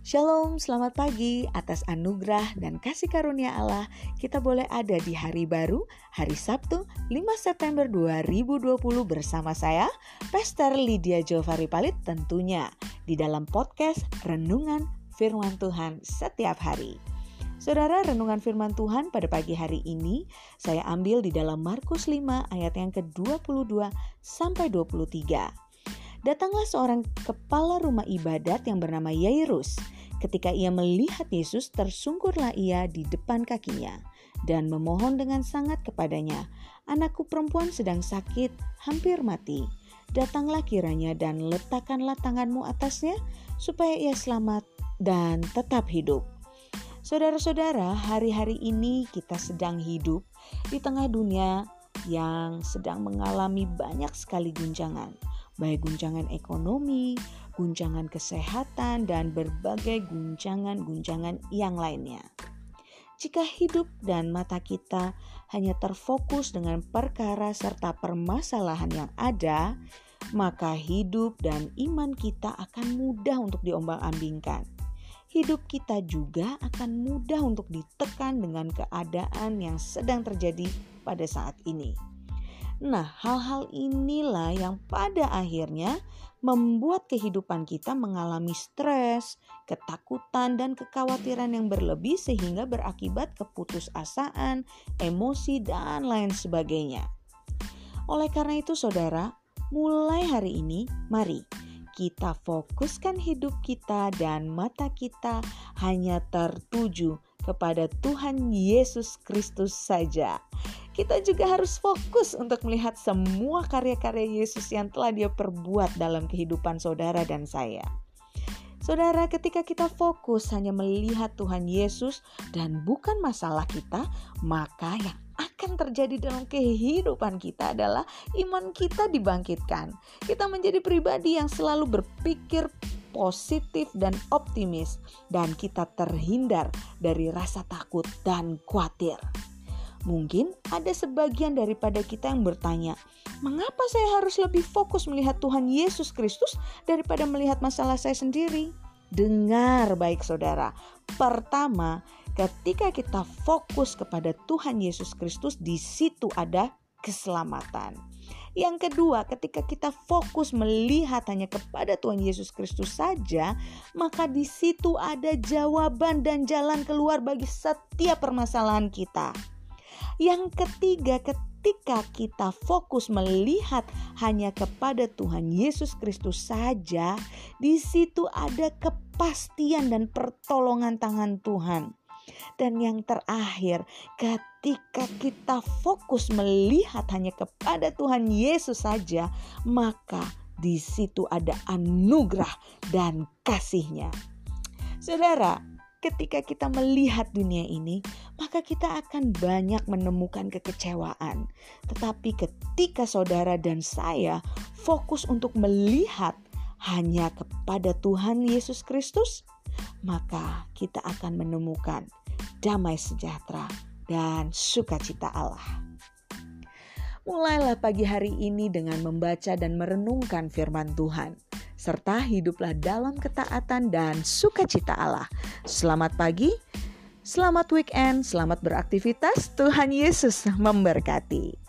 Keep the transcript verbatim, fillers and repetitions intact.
Shalom, selamat pagi. Atas anugerah dan kasih karunia Allah, kita boleh ada di hari baru, hari Sabtu, lima September dua ribu dua puluh bersama saya, Pastor Lydia Jovari Palit tentunya, di dalam podcast Renungan Firman Tuhan setiap hari. Saudara, renungan firman Tuhan pada pagi hari ini saya ambil di dalam Markus lima ayat yang ke dua puluh dua sampai dua puluh tiga. Datanglah seorang kepala rumah ibadat yang bernama Yairus. Ketika ia melihat Yesus, tersungkurlah ia di depan kakinya dan memohon dengan sangat kepadanya, "Anakku perempuan sedang sakit, hampir mati. Datanglah kiranya dan letakkanlah tanganmu atasnya, supaya ia selamat dan tetap hidup." Saudara-saudara, hari-hari ini kita sedang hidup di tengah dunia yang sedang mengalami banyak sekali guncangan. Baik guncangan ekonomi, guncangan kesehatan, dan berbagai guncangan-guncangan yang lainnya. Jika hidup dan mata kita hanya terfokus dengan perkara serta permasalahan yang ada, maka hidup dan iman kita akan mudah untuk diombang-ambingkan. Hidup kita juga akan mudah untuk ditekan dengan keadaan yang sedang terjadi pada saat ini. Nah, hal-hal inilah yang pada akhirnya membuat kehidupan kita mengalami stres, ketakutan, dan kekhawatiran yang berlebih sehingga berakibat keputusasaan, emosi, dan lain sebagainya. Oleh karena itu, saudara, mulai hari ini, mari kita fokuskan hidup kita dan mata kita hanya tertuju kepada Tuhan Yesus Kristus saja. Kita juga harus fokus untuk melihat semua karya-karya Yesus yang telah Dia perbuat dalam kehidupan saudara dan saya. Saudara, ketika kita fokus hanya melihat Tuhan Yesus dan bukan masalah kita, maka yang akan terjadi dalam kehidupan kita adalah iman kita dibangkitkan. Kita menjadi pribadi yang selalu berpikir positif dan optimis, dan kita terhindar dari rasa takut dan khawatir. Mungkin ada sebagian daripada kita yang bertanya, mengapa saya harus lebih fokus melihat Tuhan Yesus Kristus daripada melihat masalah saya sendiri? Dengar baik saudara, pertama, ketika kita fokus kepada Tuhan Yesus Kristus, di situ ada keselamatan. Yang kedua, ketika kita fokus melihat hanya kepada Tuhan Yesus Kristus saja, maka di situ ada jawaban dan jalan keluar bagi setiap permasalahan kita. Yang ketiga, ketika kita fokus melihat hanya kepada Tuhan Yesus Kristus saja, di situ ada kepastian dan pertolongan tangan Tuhan. Dan yang terakhir, ketika kita fokus melihat hanya kepada Tuhan Yesus saja, maka di situ ada anugerah dan kasih-Nya. Saudara, ketika kita melihat dunia ini, maka kita akan banyak menemukan kekecewaan. Tetapi ketika saudara dan saya fokus untuk melihat hanya kepada Tuhan Yesus Kristus, maka kita akan menemukan damai sejahtera dan sukacita Allah. Mulailah pagi hari ini dengan membaca dan merenungkan firman Tuhan, serta hiduplah dalam ketaatan dan sukacita Allah. Selamat pagi, selamat weekend, selamat beraktivitas. Tuhan Yesus memberkati.